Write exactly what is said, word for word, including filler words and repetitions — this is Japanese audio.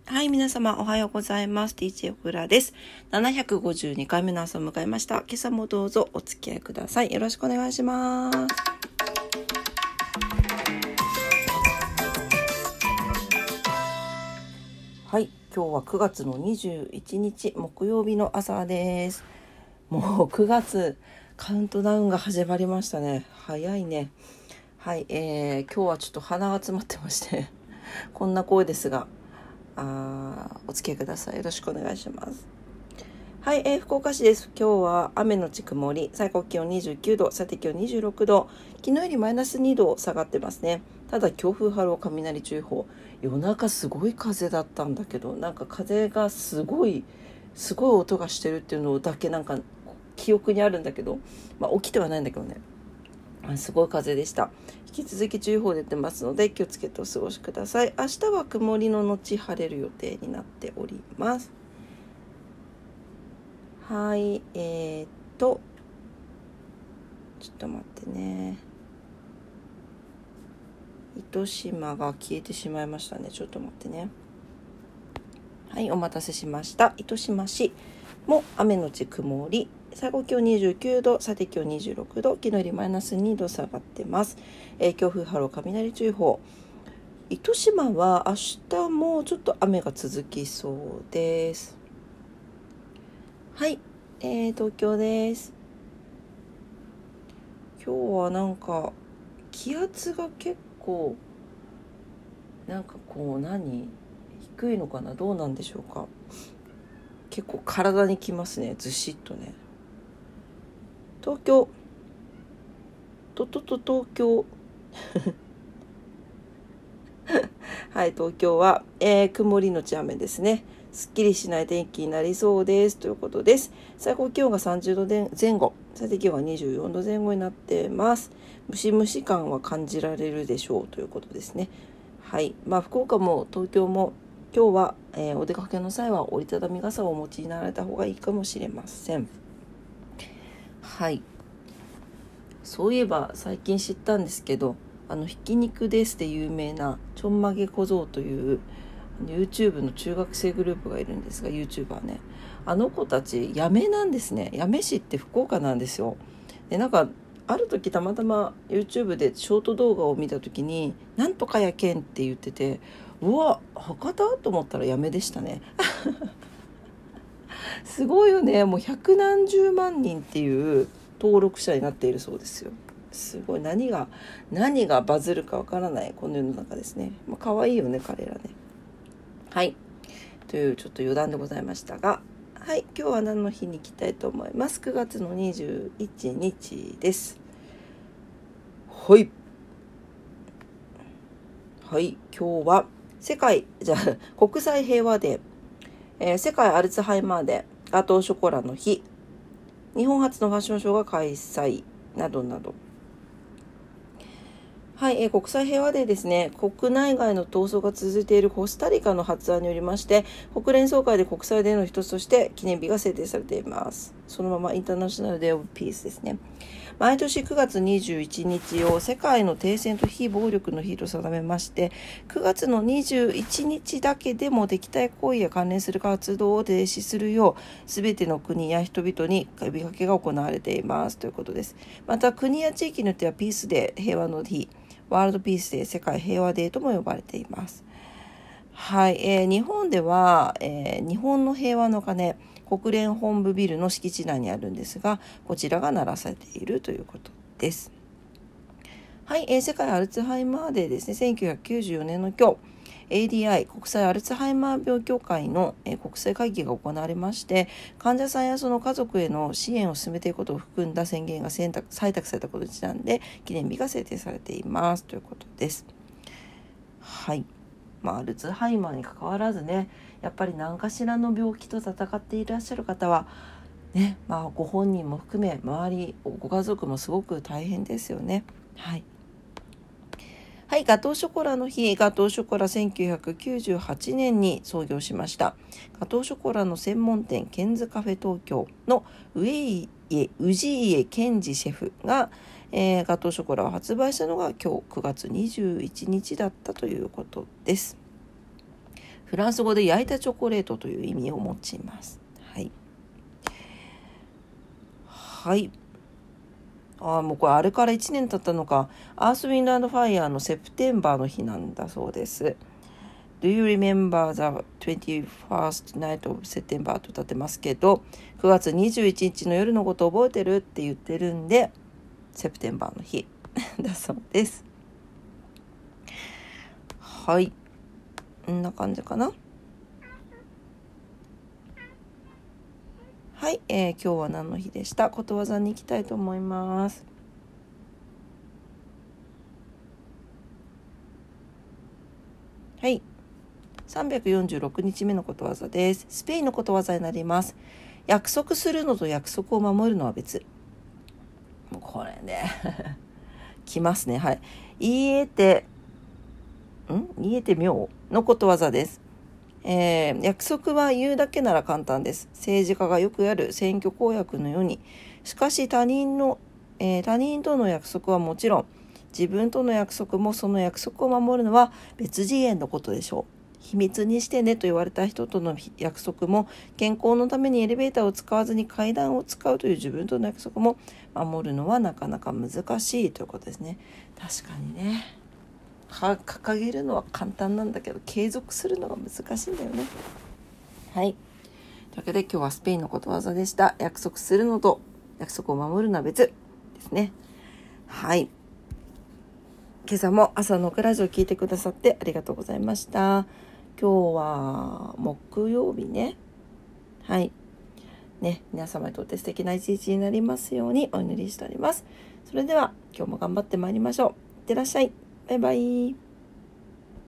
はい、皆様おはようございます。ティーチェー オクラです。ななひゃくごじゅうにかいめの朝を迎えました。今朝もどうぞお付き合いください。よろしくお願いします。はい、今日はくがつのにじゅういちにち木曜日の朝です。もうくがつカウントダウンが始まりましたね。早いね。はい、えー、今日はちょっと鼻が詰まってましてこんな声ですがあお付き合いください。よろしくお願いします。はい、えー、福岡市です。今日は雨のち曇り、最高気温にじゅうきゅうど、最低気温にじゅうろくど、昨日よりマイナスにど下がってますね。ただ強風波浪雷注意報、夜中すごい風だったんだけど、なんか風がすごいすごい音がしてるっていうのだけなんか記憶にあるんだけど、まあ起きてはないんだけどね、すごい風でした。引き続き注意報出てますので気をつけてお過ごしください。明日は曇りの後晴れる予定になっております。はい、えー、っとちょっと待ってね。糸島が消えてしまいましたね。ちょっと待ってね。はい、お待たせしました。糸島市も雨のち曇り、最高気温にじゅうきゅうど、最低気温にじゅうろくど、昨日よりマイナスにど下がってます。えー、強風波浪雷注意報。糸島は明日もちょっと雨が続きそうです。はい、えー、東京です。今日はなんか気圧が結構なんかこう何低いのかな、どうなんでしょうか。結構体にきますね、ずしっとね。東京ととと東京はい、東京は、えー、曇りのち雨ですね。すっきりしない天気になりそうですということです。最高気温がさんじゅうどで前後、最低気温がにじゅうよんどぜん後になってます。ムシムシ感は感じられるでしょうということですね。はい、まあ福岡も東京も今日は、えー、お出かけの際は折りたたみ傘をお持ちになられた方がいいかもしれません。はい、そういえば最近知ったんですけど、あのひき肉ですで有名なちょんまげ小僧という YouTube の中学生グループがいるんですが、 YouTuber ね、あの子たち八女なんですね。八女市って福岡なんですよ。でなんかある時たまたま YouTube でショート動画を見た時になんとかやけんって言ってて、うわ博多と思ったら八女でしたねすごいよね。もう百何十万人っていう登録者になっているそうですよ。すごい。何が何がバズるかわからないこの世の中ですね。まあ可愛いよね彼らね。はい、というちょっと余談でございましたが、はい、今日は何の日に行きたいと思います。くがつのにじゅういちにちです。はい、はい、今日は世界じゃあ国際平和デー、えー、世界アルツハイマーデー、ガトーショコラの日、日本初のファッションショーが開催などなど。はい、えー、国際平和デーですね。国内外の闘争が続いているコスタリカの発案によりまして、国連総会で国際デーの一つとして記念日が制定されています。そのままインターナショナルデーオブピースですね。毎年くがつにじゅういちにちを世界の停戦と非暴力の日と定めまして、くがつのにじゅういちにちだけでも敵対行為や関連する活動を停止するよう全ての国や人々に呼びかけが行われていますということです。また国や地域によってはピースデー、平和の日、ワールドピースデー、世界平和デーとも呼ばれています。はい、えー、日本では、えー、日本の平和の鐘、国連本部ビルの敷地内にあるんですが、こちらが鳴らされているということです。はい、えー、世界アルツハイマーデーですね。せんきゅうひゃくきゅうじゅうよねんの今日、エーディーアイ 国際アルツハイマー病協会の、えー、国際会議が行われまして、患者さんやその家族への支援を進めていくことを含んだ宣言が採択されたことにちなんで記念日が制定されていますということです。はい、まあ、アルツハイマーに関わらずね、やっぱり何かしらの病気と闘っていらっしゃる方はね、まあ、ご本人も含め周りご家族もすごく大変ですよね。はい、はい、ガトーショコラの日。ガトーショコラせんきゅうひゃくきゅうじゅうはちねんに創業しました。ガトーショコラの専門店ケンズカフェ東京の上家氏家健二シェフが、えー、ガトーショコラを発売したのが今日くがつにじゅういちにちだったということです。 フランス語で焼いたチョコレートという意味を持ちます。はい。はい。ああ、もうこれあれからいちねん経ったのか。アースウィンド&ファイヤーのセプテンバーの日なんだそうです。Do you remember the twenty-first night of September と歌ってますけど、くがつにじゅういちにちの夜のこと覚えてるって言ってるんで、セプテンバーの日だそうです。はい。こんな感じかな。はい、えー、今日は何の日でした？ことわざに行きたいと思います。はい。さんびゃくよんじゅうろくにちめのことわざです。スペインのことわざになります。約束するのと約束を守るのは別。もうこれねきますね。はい。言えてん言えて妙のことわざです。えー、約束は言うだけなら簡単です。政治家がよくやる選挙公約のように。しかし他人の、えー、他人との約束はもちろん、自分との約束もその約束を守るのは別次元のことでしょう。秘密にしてねと言われた人との約束も、健康のためにエレベーターを使わずに階段を使うという自分との約束も守るのはなかなか難しいということですね。確かにね。掲げるのは簡単なんだけど継続するのが難しいんだよね。はい。というわけで今日はスペインのことわざでした。約束するのと約束を守るのは別ですね。はい。今朝も朝のオクラジオを聞いてくださってありがとうございました。今日は木曜日ね。はい。ね、皆様にとって素敵な一日になりますようにお祈りしております。それでは今日も頑張ってまいりましょう。いってらっしゃい。バイバイ。